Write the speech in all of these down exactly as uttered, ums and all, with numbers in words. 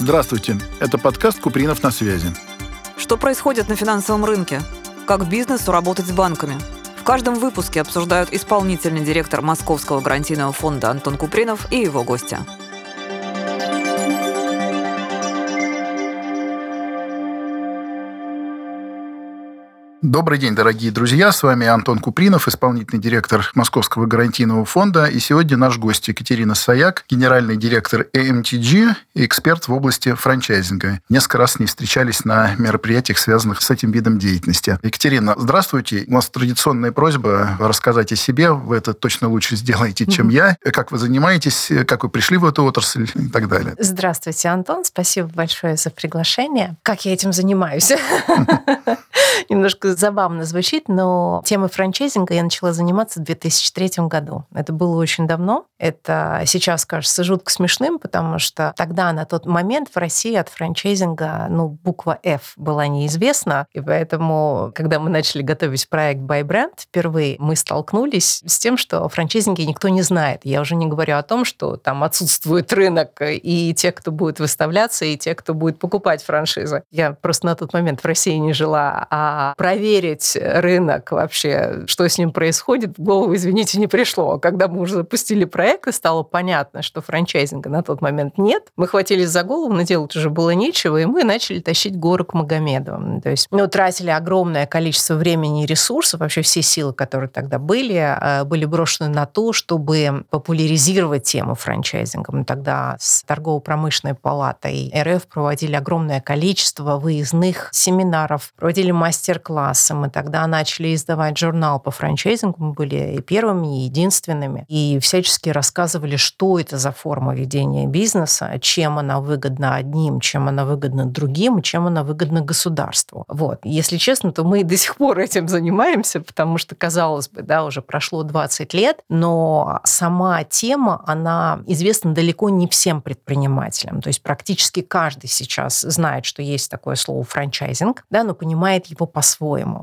Здравствуйте, это подкаст «Купринов на связи». Что происходит на финансовом рынке? Как бизнесу работать с банками? В каждом выпуске обсуждают исполнительный директор Московского гарантийного фонда Антон Купринов и его гости. Добрый день, дорогие друзья. С вами Антон Купринов, исполнительный директор Московского гарантийного фонда. И сегодня наш гость Екатерина Саяк, генеральный директор эй эм ти джи и эксперт в области франчайзинга. Несколько раз с ней встречались на мероприятиях, связанных с этим видом деятельности. Екатерина, здравствуйте. У нас традиционная просьба рассказать о себе. Вы это точно лучше сделаете, чем я. Как вы занимаетесь, как вы пришли в эту отрасль и так далее. Здравствуйте, Антон. Спасибо большое за приглашение. Как я этим занимаюсь? Немножко забавно звучит, но темой франчайзинга я начала заниматься в две тысячи третьем году. Это было очень давно. Это сейчас кажется жутко смешным, потому что тогда, на тот момент, в России от франчайзинга, ну, буква F была неизвестна. И поэтому, когда мы начали готовить проект Buy Brand, впервые мы столкнулись с тем, что о франчайзинге никто не знает. Я уже не говорю о том, что там отсутствует рынок, и те, кто будет выставляться, и те, кто будет покупать франшизы. Я просто на тот момент в России не жила, а проверить рынок вообще, что с ним происходит, в голову, извините, не пришло. Когда мы уже запустили проект, и стало понятно, что франчайзинга на тот момент нет, мы хватились за голову, но делать уже было нечего, и мы начали тащить гору к Магомеду. То есть мы утратили огромное количество времени и ресурсов, вообще все силы, которые тогда были, были брошены на то, чтобы популяризировать тему франчайзинга. Мы тогда с торгово-промышленной палатой эр эф проводили огромное количество выездных семинаров, проводили мастер-классы. Мы тогда начали издавать журнал по франчайзингу. Мы были и первыми, и единственными. И всячески рассказывали, что это за форма ведения бизнеса, чем она выгодна одним, чем она выгодна другим, и чем она выгодна государству. Вот. Если честно, то мы до сих пор этим занимаемся, потому что, казалось бы, да, уже прошло двадцать лет, но сама тема, она известна далеко не всем предпринимателям. То есть практически каждый сейчас знает, что есть такое слово франчайзинг, да, но понимает его по-своему.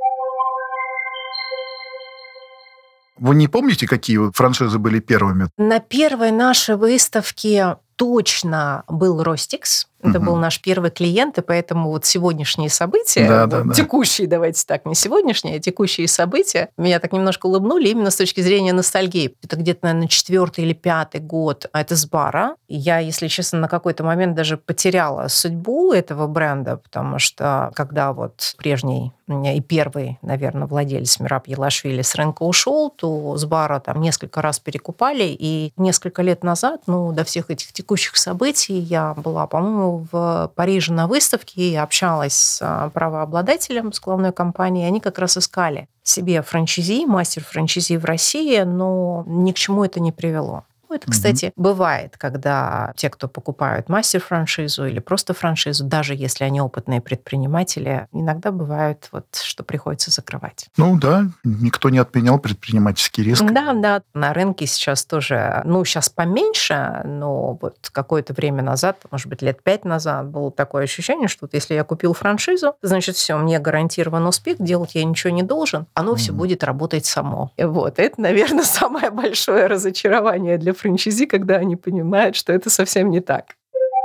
Вы не помните, какие франшизы были первыми? На первой нашей выставке точно был Ростикс. Это угу. был наш первый клиент, и поэтому вот сегодняшние события, да, вот, да, да. текущие, давайте так, не сегодняшние, а текущие события, меня так немножко улыбнули именно с точки зрения ностальгии. Это где-то, наверное, четвертый или пятый год. Это Сбара. Я, если честно, на какой-то момент даже потеряла судьбу этого бренда, потому что когда вот прежний и первый, наверное, владелец Мераб Елашвили с рынка ушел, то Сбара там несколько раз перекупали, и несколько лет назад, ну, до всех этих текущих событий я была, по-моему, в Париже на выставке и общалась с правообладателем, с главной компанией. Они как раз искали себе франчайзи, мастер франчайзи в России, но ни к чему это не привело. Это, кстати, угу. бывает, когда те, кто покупают мастер-франшизу или просто франшизу, даже если они опытные предприниматели, иногда бывает, вот, что приходится закрывать. Ну да, никто не отменял предпринимательский риск. Да, да. На рынке сейчас тоже, ну, сейчас поменьше, но вот какое-то время назад, может быть, лет пять назад, было такое ощущение, что вот если я купил франшизу, значит, все, мне гарантирован успех, делать я ничего не должен, оно угу. все будет работать само. И вот, это, наверное, самое большое разочарование для франчайзи, когда они понимают, что это совсем не так.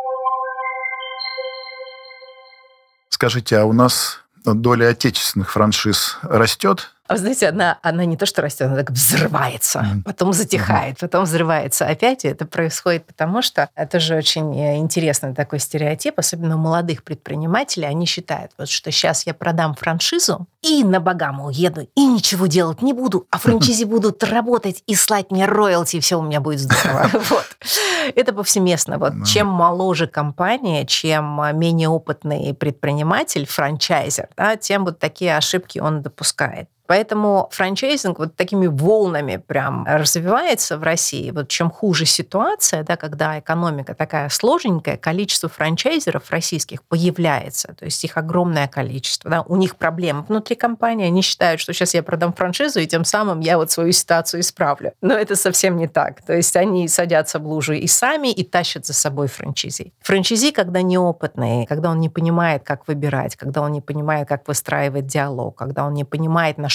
Скажите, а у нас доля отечественных франшиз растет? А вы знаете, она, она не то что растет, она так взрывается, mm. потом затихает, mm-hmm. потом взрывается опять. И это происходит потому, что это же очень интересный такой стереотип, особенно у молодых предпринимателей. Они считают, вот, что сейчас я продам франшизу и на Багаму уеду, и ничего делать не буду, а франчайзи будут работать и слать мне роялти, и все у меня будет здорово. Это повсеместно. Вот чем моложе компания, чем менее опытный предприниматель, франчайзер, тем вот такие ошибки он допускает. Поэтому франчайзинг вот такими волнами прям развивается в России. Вот чем хуже ситуация, да, когда экономика такая сложненькая, количество франчайзеров российских появляется, то есть их огромное количество. Да, у них проблемы внутри компании, они считают, что сейчас я продам франшизу, и тем самым я вот свою ситуацию исправлю. Но это совсем не так. То есть они садятся в лужу и сами, и тащат за собой франчайзи. Франчайзи, когда неопытный, когда он не понимает, как выбирать, когда он не понимает, как выстраивать диалог, когда он не понимает, на что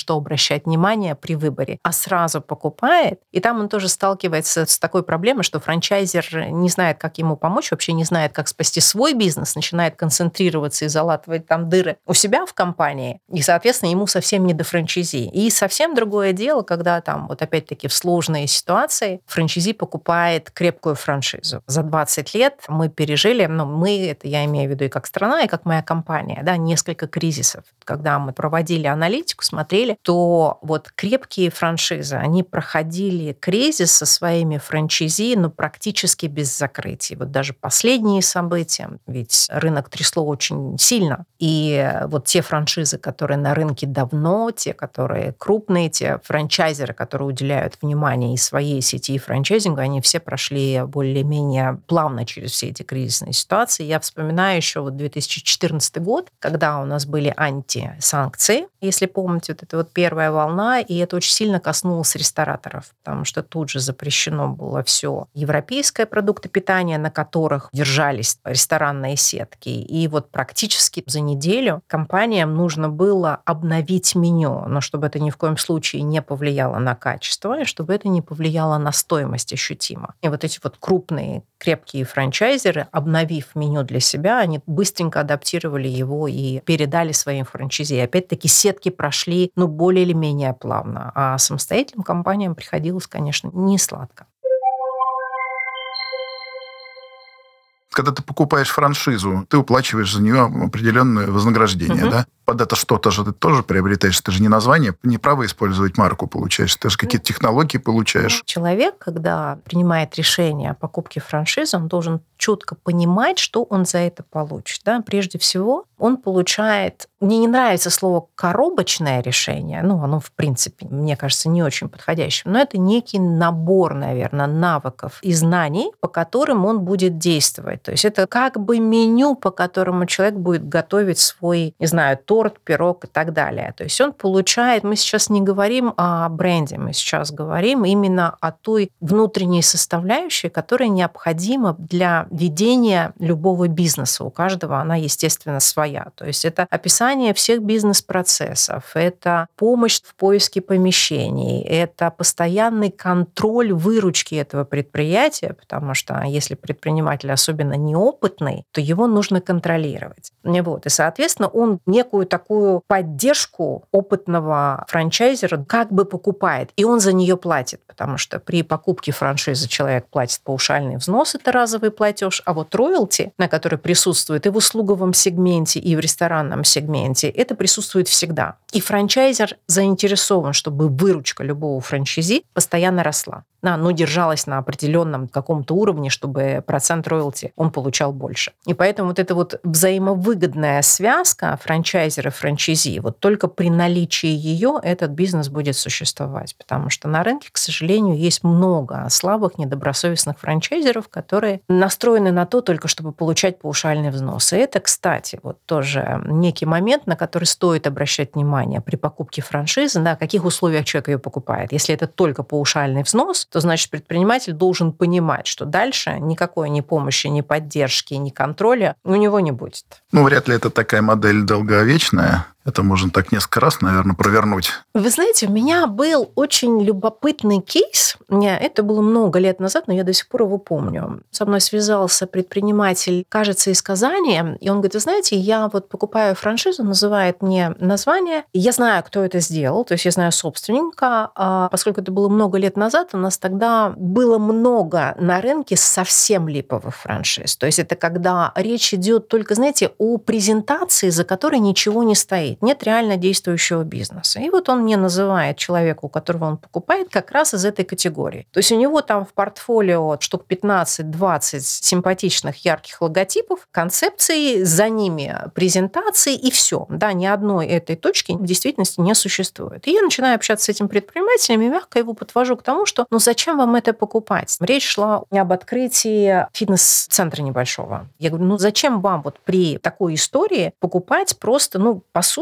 что обращать внимание при выборе, а сразу покупает. И там он тоже сталкивается с такой проблемой, что франчайзер не знает, как ему помочь, вообще не знает, как спасти свой бизнес, начинает концентрироваться и залатывать там дыры у себя в компании, и, соответственно, ему совсем не до франчайзи. И совсем другое дело, когда там вот опять-таки в сложные ситуации франчайзи покупает крепкую франшизу. За двадцать лет мы пережили, ну, мы, это я имею в виду и как страна, и как моя компания, да, несколько кризисов. Когда мы проводили аналитику, смотрели, то вот крепкие франшизы, они проходили кризис со своими франчайзи, ну, практически без закрытий. Вот даже последние события, ведь рынок трясло очень сильно. И вот те франшизы, которые на рынке давно, те, которые крупные, те франчайзеры, которые уделяют внимание и своей сети, и франчайзингу, они все прошли более-менее плавно через все эти кризисные ситуации. Я вспоминаю еще вот две тысячи четырнадцатый год, когда у нас были антисанкции, если помните, вот это вот первая волна, и это очень сильно коснулось рестораторов, потому что тут же запрещено было все европейское продукты питания, на которых держались ресторанные сетки. И вот практически за неделю компаниям нужно было обновить меню, но чтобы это ни в коем случае не повлияло на качество, и чтобы это не повлияло на стоимость ощутимо. И вот эти вот крупные, крепкие франчайзеры, обновив меню для себя, они быстренько адаптировали его и передали своим франчайзи. И опять-таки сетки прошли, ну, более или менее плавно. А самостоятельным компаниям приходилось, конечно, не сладко. Когда ты покупаешь франшизу, ты уплачиваешь за нее определенное вознаграждение, угу. да? Под это что-то же ты тоже приобретаешь. Ты же не название, не право использовать марку получаешь. Ты же какие-то технологии получаешь. Человек, когда принимает решение о покупке франшизы, он должен четко понимать, что он за это получит. Да? Прежде всего, он получает... Мне не нравится слово «коробочное решение». Ну, оно, в принципе, мне кажется, не очень подходящим. Но это некий набор, наверное, навыков и знаний, по которым он будет действовать. То есть это как бы меню, по которому человек будет готовить свой, не знаю, торт, пирог и так далее. То есть он получает... Мы сейчас не говорим о бренде, мы сейчас говорим именно о той внутренней составляющей, которая необходима для ведения любого бизнеса. У каждого она, естественно, своя. То есть это описание всех бизнес-процессов, это помощь в поиске помещений, это постоянный контроль выручки этого предприятия, потому что если предприниматель особенно неопытный, то его нужно контролировать. Вот. И, соответственно, он некую такую поддержку опытного франчайзера как бы покупает, и он за нее платит, потому что при покупке франшизы человек платит паушальный взнос, это разовый платеж, а вот роялти, на который присутствует и в услуговом сегменте, и в ресторанном сегменте, это присутствует всегда. И франчайзер заинтересован, чтобы выручка любого франчайзи постоянно росла. Да, но держалась на определенном каком-то уровне, чтобы процент роялти он получал больше. И поэтому вот эта вот взаимовыгодная связка франчайзера и франчайзи, вот только при наличии ее этот бизнес будет существовать. Потому что на рынке, к сожалению, есть много слабых, недобросовестных франчайзеров, которые настроены на то только, чтобы получать паушальный взнос. И это, кстати, вот тоже некий момент, на который стоит обращать внимание при покупке франшизы, на каких условиях человек ее покупает. Если это только паушальный взнос, то, значит, предприниматель должен понимать, что дальше никакой ни помощи, ни поддержки, ни контроля у него не будет. Ну, вряд ли это такая модель долговечная. Это можно так несколько раз, наверное, провернуть. Вы знаете, у меня был очень любопытный кейс. Это было много лет назад, но я до сих пор его помню. Со мной связался предприниматель, кажется, из Казани. И он говорит, вы знаете, я вот покупаю франшизу, называет мне название. И я знаю, кто это сделал. То есть я знаю собственника. А поскольку это было много лет назад, у нас тогда было много на рынке совсем липовых франшиз. То есть это когда речь идет только, знаете, о презентации, за которой ничего не стоит. Нет реально действующего бизнеса. И вот он мне называет человека, у которого он покупает, как раз из этой категории. То есть у него там в портфолио штук пятнадцать-двадцать симпатичных, ярких логотипов, концепций, за ними презентации и все. Да, ни одной этой точки в действительности не существует. И я начинаю общаться с этим предпринимателем и мягко его подвожу к тому, что ну зачем вам это покупать? Речь шла об открытии фитнес-центра небольшого. Я говорю, ну зачем вам вот при такой истории покупать просто, ну, по сути,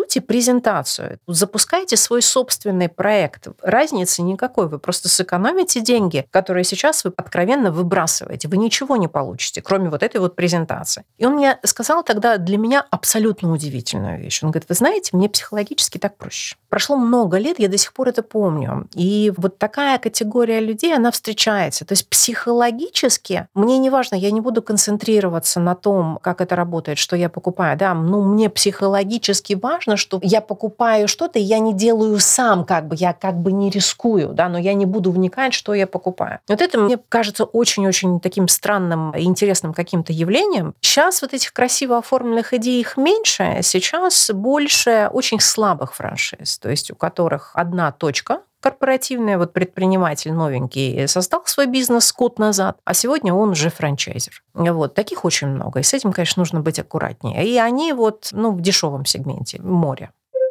сути, презентацию. Запускайте свой собственный проект. Разницы никакой. Вы просто сэкономите деньги, которые сейчас вы откровенно выбрасываете. Вы ничего не получите, кроме вот этой вот презентации. И он мне сказал тогда для меня абсолютно удивительную вещь. Он говорит, вы знаете, мне психологически так проще. Прошло много лет, я до сих пор это помню. И вот такая категория людей, она встречается. То есть психологически мне не важно, я не буду концентрироваться на том, как это работает, что я покупаю. Да, ну, мне психологически важно, что я покупаю что-то, и я не делаю сам, как бы, я как бы не рискую, да, но я не буду вникать, что я покупаю. Вот это мне кажется очень-очень таким странным и интересным каким-то явлением. Сейчас вот этих красиво оформленных идей их меньше, сейчас больше очень слабых франшиз, то есть у которых одна точка корпоративная, вот предприниматель новенький создал свой бизнес год назад, а сегодня он уже франчайзер. Вот, таких очень много, и с этим, конечно, нужно быть аккуратнее. И они вот, ну, в дешевом сегменте, море.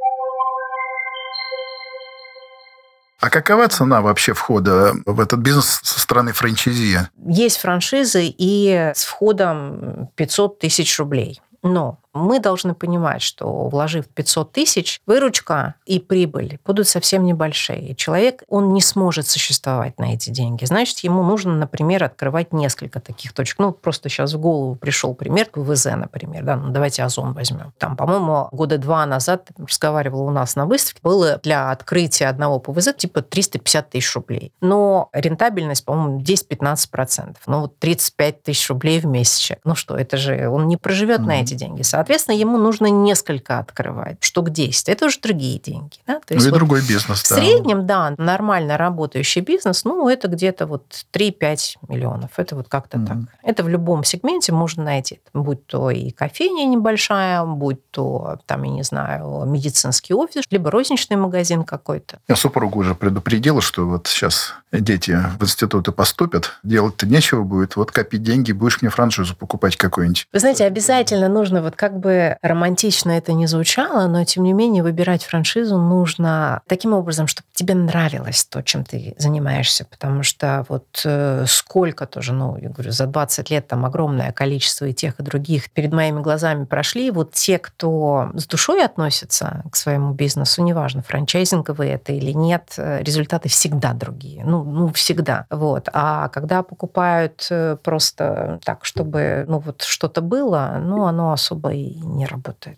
А какова цена вообще входа в этот бизнес со стороны франчайзи? Есть франшизы и с входом пятьсот тысяч рублей. Но мы должны понимать, что вложив пятьсот тысяч, выручка и прибыль будут совсем небольшие. Человек, он не сможет существовать на эти деньги. Значит, ему нужно, например, открывать несколько таких точек. Ну, просто сейчас в голову пришел пример, ПВЗ, например. Да? Ну, давайте Озон возьмем. Там, по-моему, года два назад, разговаривала у нас на выставке, было для открытия одного ПВЗ типа триста пятьдесят тысяч рублей. Но рентабельность, по-моему, десять-пятнадцать процентов. Ну, вот тридцать пять тысяч рублей в месяц. Ну что, это же он не проживет mm-hmm. на эти деньги. Соответственно, ему нужно несколько открывать, штук десять. Это уже другие деньги. Да? То есть ну и вот другой бизнес. В да. среднем, да, нормально работающий бизнес, ну, это где-то вот три-пять миллионов. Это вот как-то mm-hmm. так. Это в любом сегменте можно найти. Будь то и кофейня небольшая, будь то, там, я не знаю, медицинский офис, либо розничный магазин какой-то. Я супругу уже предупредила, что вот сейчас дети в институты поступят, делать-то нечего будет, вот копить деньги, будешь мне франшизу покупать какую-нибудь. Вы знаете, обязательно нужно вот как Как бы романтично это ни звучало, но тем не менее выбирать франшизу нужно таким образом, чтобы тебе нравилось то, чем ты занимаешься, потому что вот э, сколько тоже, ну, я говорю, за двадцать лет там огромное количество и тех, и других перед моими глазами прошли. Вот те, кто с душой относится к своему бизнесу, неважно, франчайзинговый это или нет, результаты всегда другие. Ну, ну всегда. Вот. А когда покупают просто так, чтобы ну, вот что-то было, ну, оно особо и не работает.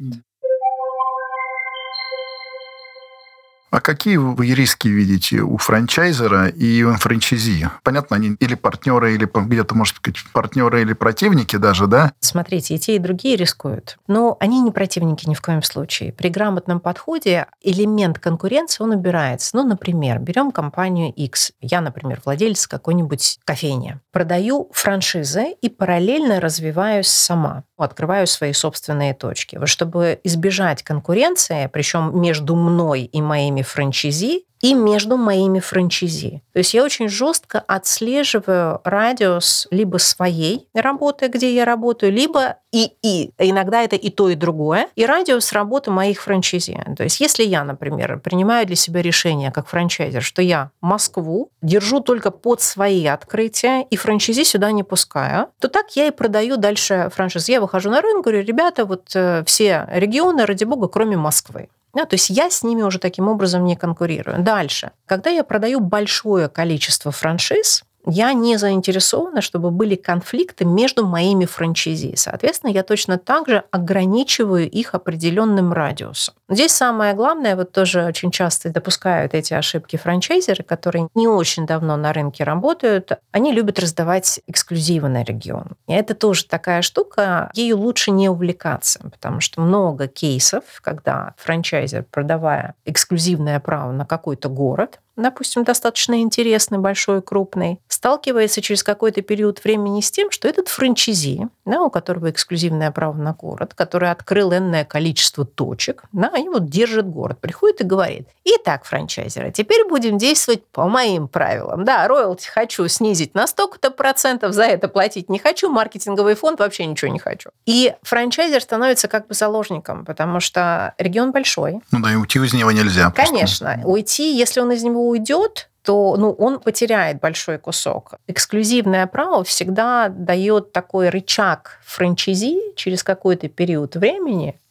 А какие вы риски видите у франчайзера и у франчайзи? Понятно, они или партнеры, или где-то, может быть, партнеры или противники даже, да? Смотрите, и те, и другие рискуют. Но они не противники ни в коем случае. При грамотном подходе элемент конкуренции, он убирается. Ну, например, берем компанию X. Я, например, владелец какой-нибудь кофейни. Продаю франшизы и параллельно развиваюсь сама. Открываю свои собственные точки. Вот чтобы избежать конкуренции, причем между мной и моими франчайзи, и между моими франчайзи. То есть я очень жестко отслеживаю радиус либо своей работы, где я работаю, либо и-и. Иногда это и то, и другое. И радиус работы моих франчайзи. То есть если я, например, принимаю для себя решение как франчайзер, что я Москву держу только под свои открытия и франчайзи сюда не пускаю, то так я и продаю дальше франшизы. Я выхожу на рынок, говорю, ребята, вот все регионы, ради бога, кроме Москвы. Да, то есть я с ними уже таким образом не конкурирую. Дальше. Когда я продаю большое количество франшиз, я не заинтересована, чтобы были конфликты между моими франчайзи. Соответственно, я точно так же ограничиваю их определенным радиусом. Здесь самое главное, вот тоже очень часто допускают эти ошибки франчайзеры, которые не очень давно на рынке работают, они любят раздавать эксклюзивы на регион. И это тоже такая штука, ею лучше не увлекаться, потому что много кейсов, когда франчайзер, продавая эксклюзивное право на какой-то город, допустим, достаточно интересный, большой, крупный, сталкивается через какой-то период времени с тем, что этот франчайзи, да, у которого эксклюзивное право на город, который открыл энное количество точек, да, они вот держат город, приходит и говорит: итак, франчайзеры, теперь будем действовать по моим правилам. Да, роялти хочу снизить на столько-то процентов, за это платить не хочу, маркетинговый фонд вообще ничего не хочу. И франчайзер становится как бы заложником, потому что регион большой. Ну да, и уйти из него нельзя. Конечно. Просто. Уйти, если он из него уйдет, то ну, он потеряет большой кусок. Эксклюзивное право всегда дает такой рычаг франчайзи через какой-то период времени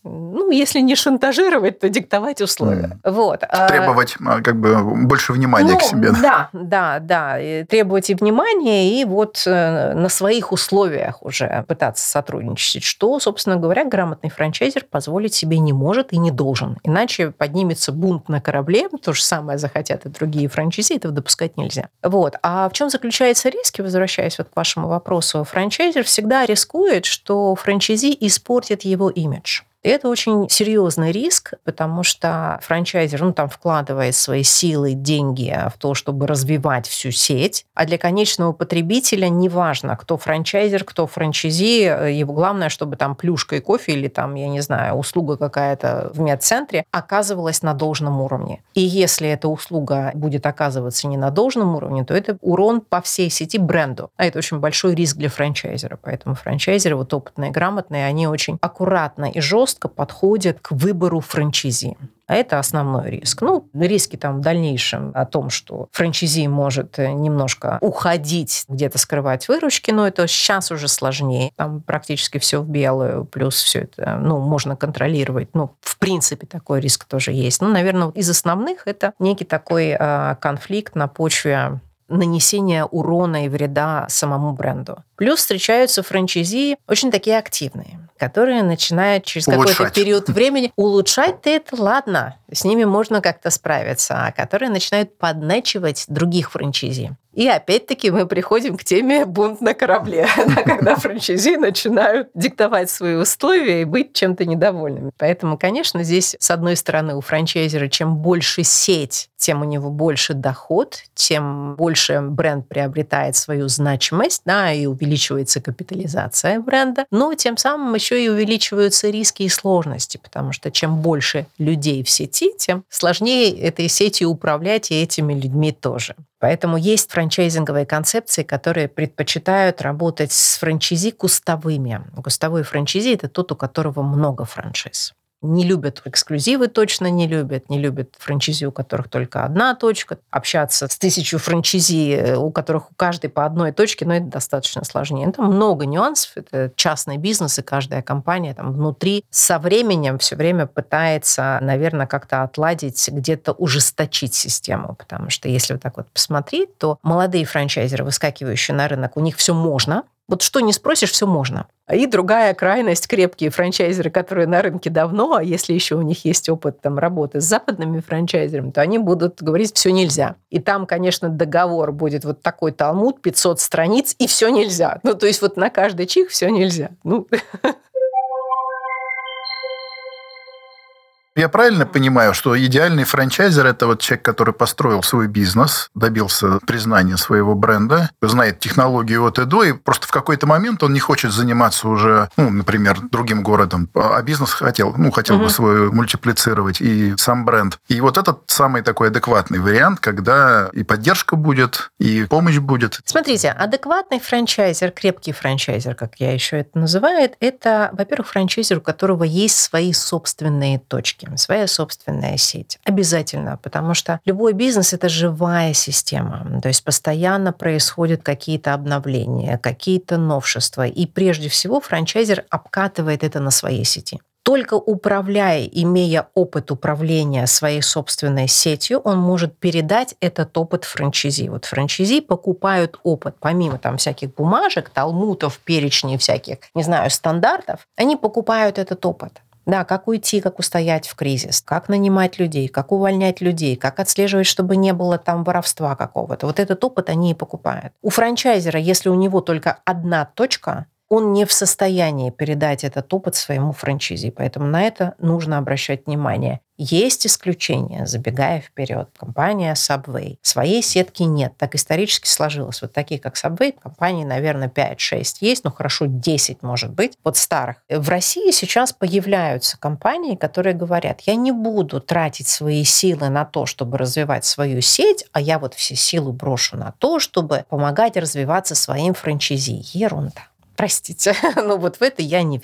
Ну, если не шантажировать, то диктовать условия. Mm. Вот. Требовать как бы больше внимания ну, к себе. Да, да, да. И требовать и внимания, и вот на своих условиях уже пытаться сотрудничать, что, собственно говоря, грамотный франчайзер позволить себе не может и не должен. Иначе поднимется бунт на корабле, то же самое захотят и другие франчайзи, этого допускать нельзя. Вот. А в чем заключается риск, возвращаясь вот к вашему вопросу, франчайзер всегда рискует, что франчайзи испортит его имидж. И это очень серьезный риск, потому что франчайзер, ну, там вкладывает свои силы, деньги в то, чтобы развивать всю сеть, а для конечного потребителя неважно, кто франчайзер, кто франчайзи, его главное, чтобы там плюшка и кофе или там, я не знаю, услуга какая-то в медцентре оказывалась на должном уровне. И если эта услуга будет оказываться не на должном уровне, то это урон по всей сети бренду. А это очень большой риск для франчайзера. Поэтому франчайзеры, вот опытные, грамотные, они очень аккуратно и жестко подходят к выбору франчайзи. А это основной риск. Ну, риски там в дальнейшем о том, что франчайзи может немножко уходить, где-то скрывать выручки, но это сейчас уже сложнее. Там практически все в белую, плюс все это, ну, можно контролировать. Ну, в принципе, такой риск тоже есть. Ну, наверное, из основных это некий такой э, конфликт на почве нанесения урона и вреда самому бренду. Плюс встречаются франчайзи очень такие активные, которые начинают через улучшать. Какой-то период времени улучшать-то это ладно, с ними можно как-то справиться, а которые начинают подначивать других франчайзи. И опять-таки мы приходим к теме бунт на корабле, когда франчайзи начинают диктовать свои условия и быть чем-то недовольными. Поэтому, конечно, здесь, с одной стороны, у франчайзера чем больше сеть, тем у него больше доход, тем больше бренд приобретает свою значимость, да, и увеличивается капитализация бренда, но тем самым еще и увеличиваются риски и сложности, потому что чем больше людей в сети, тем сложнее этой сетью управлять и этими людьми тоже. Поэтому есть франчайзинговые концепции, которые предпочитают работать с франчайзи кустовыми. Кустовой франчайзи – это тот, у которого много франшиз. Не любят эксклюзивы, точно не любят. Не любят франчайзи, у которых только одна точка. Общаться с тысячу франчайзи, у которых у каждой по одной точке, но это достаточно сложнее. Там много нюансов. Это частный бизнес, и каждая компания там внутри со временем все время пытается, наверное, как-то отладить, где-то ужесточить систему. Потому что если вот так вот посмотреть, то молодые франчайзеры, выскакивающие на рынок, у них все можно. Вот что не спросишь, все можно. И другая крайность, крепкие франчайзеры, которые на рынке давно, а если еще у них есть опыт там, работы с западными франчайзерами, то они будут говорить, все нельзя. И там, конечно, договор будет вот такой талмуд, пятьсот страниц, и все нельзя. Ну, то есть вот на каждый чих все нельзя. Ну... Я правильно понимаю, что идеальный франчайзер – это вот человек, который построил свой бизнес, добился признания своего бренда, знает технологию от и до, и просто в какой-то момент он не хочет заниматься уже, ну, например, другим городом, а бизнес хотел, ну, хотел угу. бы свой мультиплицировать, и сам бренд. И вот этот самый такой адекватный вариант, когда и поддержка будет, и помощь будет. Смотрите, адекватный франчайзер, крепкий франчайзер, как я еще это называю, это, во-первых, франчайзер, у которого есть свои собственные точки, своя собственная сеть. Обязательно, потому что любой бизнес – это живая система. То есть постоянно происходят какие-то обновления, какие-то новшества. И прежде всего франчайзер обкатывает это на своей сети. Только управляя, имея опыт управления своей собственной сетью, он может передать этот опыт франчайзи. Вот франчайзи покупают опыт, помимо там всяких бумажек, талмудов, перечней всяких, не знаю, стандартов, они покупают этот опыт. Да, как уйти, как устоять в кризис, как нанимать людей, как увольнять людей, как отслеживать, чтобы не было там воровства какого-то. Вот этот опыт они и покупают. У франчайзера, если у него только одна точка, он не в состоянии передать этот опыт своему франчайзи. Поэтому на это нужно обращать внимание. Есть исключения, забегая вперед. Компания Subway. Своей сетки нет. Так исторически сложилось. Вот такие, как Subway, компании, наверное, пять-шесть есть, ну хорошо, десять может быть. Вот старых. В России сейчас появляются компании, которые говорят, я не буду тратить свои силы на то, чтобы развивать свою сеть, а я вот все силы брошу на то, чтобы помогать развиваться своим франчайзи. Ерунда. Простите, но вот в это я не верю.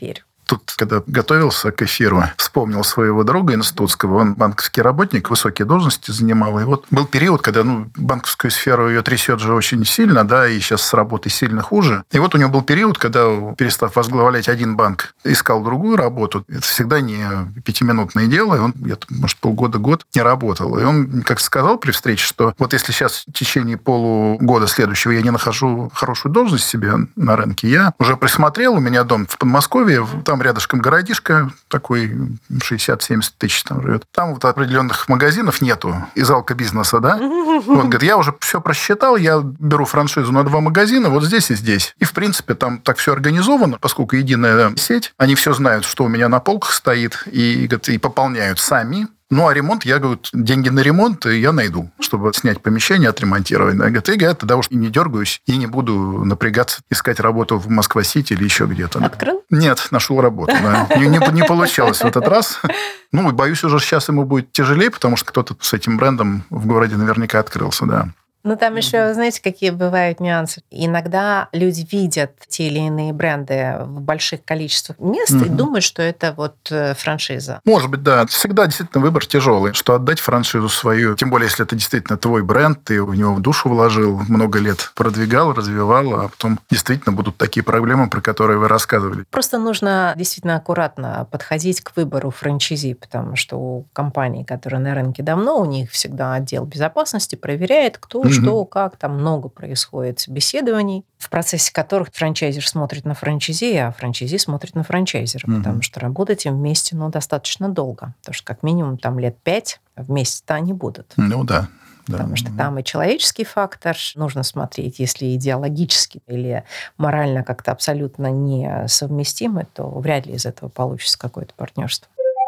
Тут, когда готовился к эфиру, вспомнил своего друга институтского. Он банковский работник, высокие должности занимал. И вот был период, когда ну, банковскую сферу ее трясет же очень сильно, да, и сейчас с работой сильно хуже. И вот у него был период, когда, перестав возглавлять один банк, искал другую работу. Это всегда не пятиминутное дело. И он, где-то, может, полгода-год не работал. И он, как сказал при встрече, что вот если сейчас в течение полугода следующего я не нахожу хорошую должность себе на рынке, я уже присмотрел, у меня дом в Подмосковье, там рядышком городишко такой, шестьдесят-семьдесят тысяч там живет. Там вот определенных магазинов нету из алкобизнеса, да? Он говорит, я уже все просчитал, я беру франшизу на два магазина, вот здесь и здесь. И, в принципе, там так все организовано, поскольку единая сеть, они все знают, что у меня на полках стоит, и, говорит, и пополняют сами. Ну, а ремонт, я говорю, деньги на ремонт я найду, чтобы снять помещение, отремонтировать. Я говорю, я тогда уж и не дергаюсь, и не буду напрягаться, искать работу в Москва-Сити или еще где-то. Открыл? Нет, нашел работу. Да. Не, не, не получалось в этот раз. Ну, боюсь, уже сейчас ему будет тяжелее, потому что кто-то с этим брендом в городе наверняка открылся, да. Ну, там еще, знаете, какие бывают нюансы. Иногда люди видят те или иные бренды в больших количествах мест mm-hmm. и думают, что это вот франшиза. Может быть, да. Всегда действительно выбор тяжелый, что отдать франшизу свою, тем более, если это действительно твой бренд, ты в него в душу вложил, много лет продвигал, развивал, а потом действительно будут такие проблемы, про которые вы рассказывали. Просто нужно действительно аккуратно подходить к выбору франчайзи, потому что у компаний, которые на рынке давно, у них всегда отдел безопасности проверяет, кто что, как, там много происходит собеседований, в процессе которых франчайзер смотрит на франчайзи, а франчайзи смотрит на франчайзера, mm-hmm. потому что работать им вместе ну, достаточно долго, потому что как минимум там лет пять вместе-то они будут. Ну да. Потому да. что там и человеческий фактор нужно смотреть, если идеологически или морально как-то абсолютно несовместимы, то вряд ли из этого получится какое-то партнерство.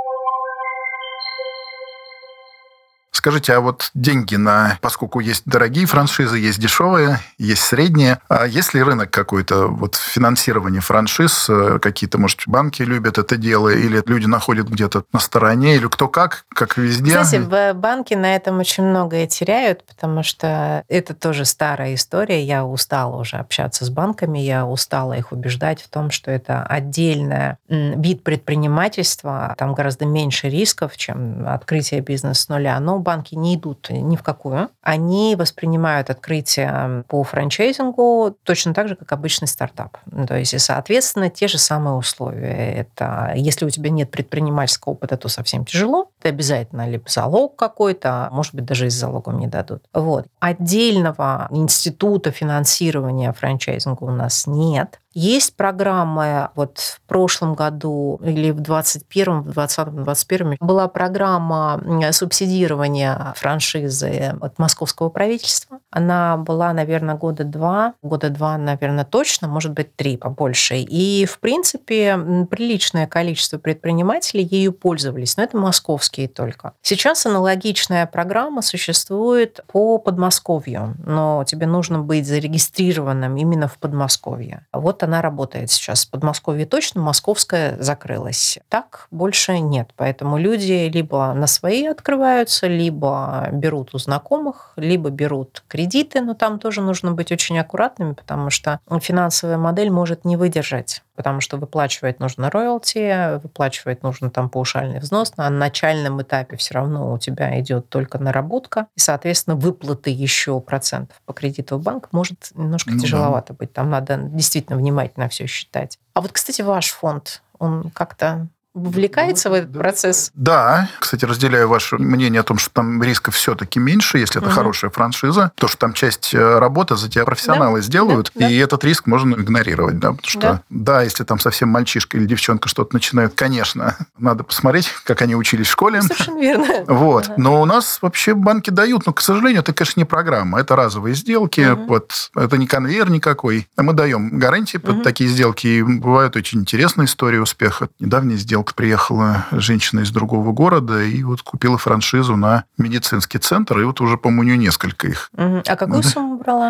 Скажите, а вот деньги на... Поскольку есть дорогие франшизы, есть дешевые, есть средние, а есть ли рынок какой-то вот финансирования франшиз? Какие-то, может, банки любят это дело, или люди находят где-то на стороне, или кто как, как везде? Знаете, банки на этом очень многое теряют, потому что это тоже старая история. Я устала уже общаться с банками, я устала их убеждать в том, что это отдельный вид предпринимательства, там гораздо меньше рисков, чем открытие бизнеса с нуля. Но банки не идут ни в какую. Они воспринимают открытие по франчайзингу точно так же, как обычный стартап. То есть, и, соответственно, те же самые условия. Это если у тебя нет предпринимательского опыта, то совсем тяжело. Это обязательно либо залог какой-то, может быть, даже и с залогом не дадут. Вот. Отдельного института финансирования франчайзинга у нас нет. Есть программы, вот в прошлом году или в двадцать первом, в двадцатом, двадцать первом была программа субсидирования франшизы от московского правительства. Она была, наверное, года два, года два, наверное, точно, может быть, три побольше. И, в принципе, приличное количество предпринимателей ею пользовались, но это московские только. Сейчас аналогичная программа существует по Подмосковью, но тебе нужно быть зарегистрированным именно в Подмосковье. Вот она работает сейчас. В Подмосковье точно, московская закрылась. Так больше нет. Поэтому люди либо на свои открываются, либо берут у знакомых, либо берут кредиты, но там тоже нужно быть очень аккуратными, потому что финансовая модель может не выдержать, потому что выплачивать нужно роялти, выплачивать нужно там паушальный взнос, на начальном этапе все равно у тебя идет только наработка, и, соответственно, выплаты еще процентов по кредиту в банк может немножко ну, тяжеловато да. быть. Там надо действительно внимательно все считать. А вот, кстати, ваш фонд, он как-то вовлекается в этот процесс? Да. Кстати, разделяю ваше мнение о том, что там рисков все-таки меньше, если это угу. хорошая франшиза, то, что там часть работы за тебя профессионалы да, сделают, да, и да. этот риск можно игнорировать. Да, потому что, да. да, если там совсем мальчишка или девчонка что-то начинает, конечно, надо посмотреть, как они учились в школе. Совершенно верно. Вот. Ага. Но у нас вообще банки дают, но, к сожалению, это, конечно, не программа, это разовые сделки, угу. вот, это не конвейер никакой. Мы даем гарантии под угу. такие сделки, и бывают очень интересные истории успеха. Недавняя сделка приехала женщина из другого города и вот купила франшизу на медицинский центр, и вот уже, по-моему, у нее несколько их. Угу. А какую да. сумму брала?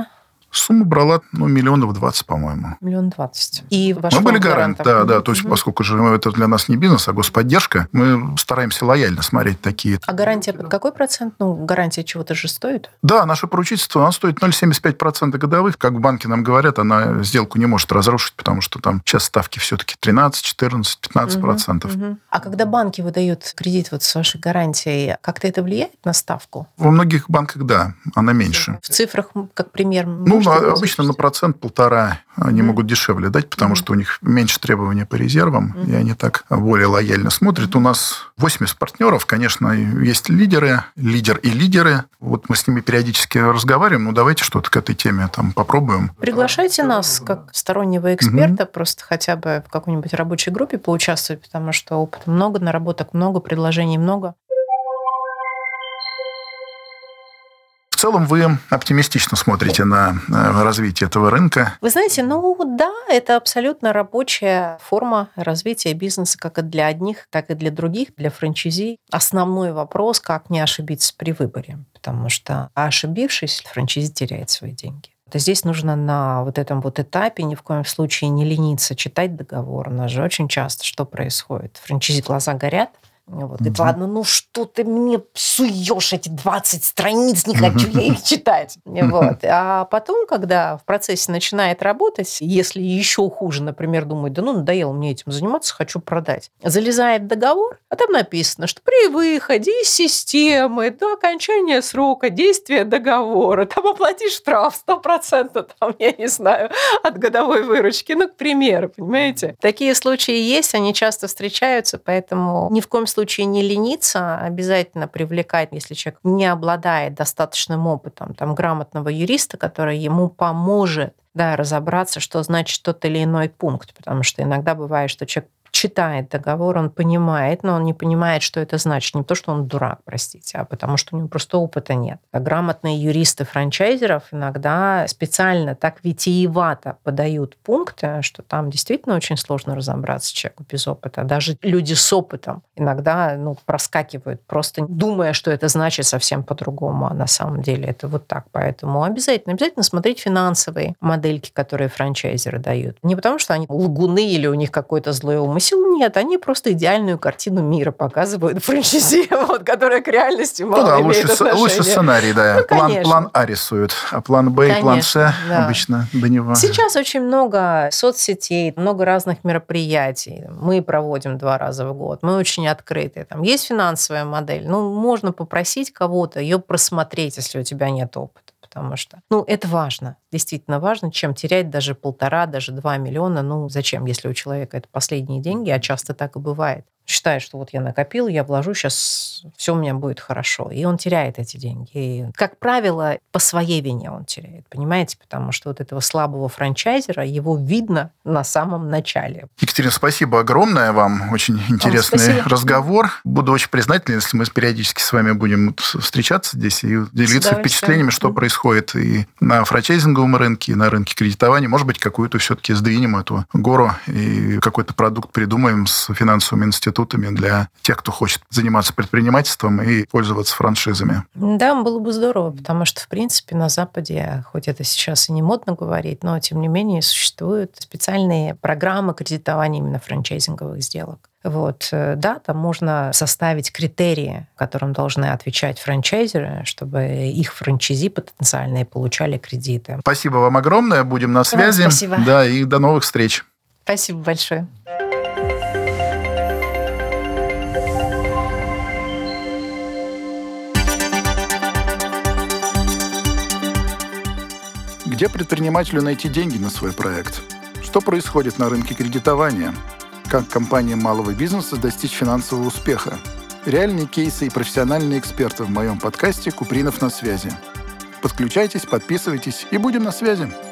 Сумма брала, ну, миллионов двадцать, по-моему. Миллион двадцать. И ваш Мы были фонд гарант, гарантов. да, да. То есть, поскольку же это для нас не бизнес, а господдержка, мы стараемся лояльно смотреть такие. А гарантия под какой процент? Ну, гарантия чего-то же стоит? Да, наше поручительство, оно стоит ноль целых семьдесят пять сотых процента годовых. Как в банке нам говорят, она сделку не может разрушить, потому что там сейчас ставки все-таки тринадцать, четырнадцать, пятнадцать процентов. Угу, угу. А когда банки выдают кредит вот с вашей гарантией, как-то это влияет на ставку? Во многих банках, да, она меньше. В цифрах, как пример? Ну, на, обычно на процент-полтора они mm-hmm. могут дешевле дать, потому mm-hmm. что у них меньше требований по резервам, mm-hmm. и они так более лояльно смотрят. Mm-hmm. У нас восемьдесят партнеров, конечно, есть лидеры, лидер и лидеры. Вот мы с ними периодически разговариваем, ну, давайте что-то к этой теме там попробуем. Приглашайте нас, как стороннего эксперта, mm-hmm. просто хотя бы в какой-нибудь рабочей группе поучаствовать, потому что опыта много, наработок много, предложений много. В целом вы оптимистично смотрите на развитие этого рынка? Вы знаете, ну да, это абсолютно рабочая форма развития бизнеса как и для одних, так и для других, для франчайзи. Основной вопрос, как не ошибиться при выборе, потому что ошибившись, франчайзи теряет свои деньги. Здесь нужно на вот этом вот этапе ни в коем случае не лениться, читать договор. У нас же очень часто что происходит? Франчайзи глаза горят. Вот. Говорит, mm-hmm. ладно, ну что ты мне псуешь эти двадцать страниц, не хочу mm-hmm. я их читать. Вот. А потом, когда в процессе начинает работать, если еще хуже, например, думает, да ну надоело мне этим заниматься, хочу продать, залезает в договор, а там написано, что при выходе из системы до окончания срока действия договора там оплати штраф сто процентов, там, я не знаю, от годовой выручки, ну, к примеру, понимаете? Такие случаи есть, они часто встречаются, поэтому ни в коем случае не лениться, обязательно привлекать, если человек не обладает достаточным опытом, там, грамотного юриста, который ему поможет, да, разобраться, что значит тот или иной пункт, потому что иногда бывает, что человек читает договор, он понимает, но он не понимает, что это значит. Не то, что он дурак, простите, а потому что у него просто опыта нет. А грамотные юристы франчайзеров иногда специально так витиевато подают пункты, что там действительно очень сложно разобраться человеку без опыта. Даже люди с опытом иногда ну, проскакивают, просто думая, что это значит совсем по-другому, а на самом деле это вот так. Поэтому обязательно, обязательно смотреть финансовые модельки, которые франчайзеры дают. Не потому, что они лгуны или у них какой-то злой умысел. Нет, они просто идеальную картину мира показывают франчайзи, вот, которая к реальности мало ну, да, имеет лучше, отношения. Лучше сценарий, да. Ну, план, план А рисуют, а план Б и план С да. обычно до него. Сейчас очень много соцсетей, много разных мероприятий. Мы проводим два раза в год. Мы очень открыты. Там есть финансовая модель. Ну, можно попросить кого-то ее просмотреть, если у тебя нет опыта. Потому что, ну, это важно, действительно важно, чем терять даже полтора, даже два миллиона. Ну, зачем, если у человека это последние деньги, а часто так и бывает. Считает, что вот я накопил, я вложу, сейчас все у меня будет хорошо. И он теряет эти деньги. И, как правило, по своей вине он теряет, понимаете? Потому что вот этого слабого франчайзера, его видно на самом начале. Екатерина, спасибо огромное вам. Очень интересный спасибо. разговор. Буду очень признателен, если мы периодически с вами будем встречаться здесь и делиться впечатлениями, что происходит и на франчайзинговом рынке, и на рынке кредитования. Может быть, какую-то все-таки сдвинем эту гору и какой-то продукт придумаем с финансовым институтом для тех, кто хочет заниматься предпринимательством и пользоваться франшизами. Да, было бы здорово, потому что, в принципе, на Западе, хоть это сейчас и не модно говорить, но, тем не менее, существуют специальные программы кредитования именно франчайзинговых сделок. Вот, да, там можно составить критерии, которым должны отвечать франчайзеры, чтобы их франчайзи потенциальные получали кредиты. Спасибо вам огромное, будем на связи. Вам спасибо. Да, и до новых встреч. Спасибо большое. Где предпринимателю найти деньги на свой проект? Что происходит на рынке кредитования? Как компаниям малого бизнеса достичь финансового успеха? Реальные кейсы и профессиональные эксперты в моем подкасте «Купринов на связи». Подключайтесь, подписывайтесь и будем на связи.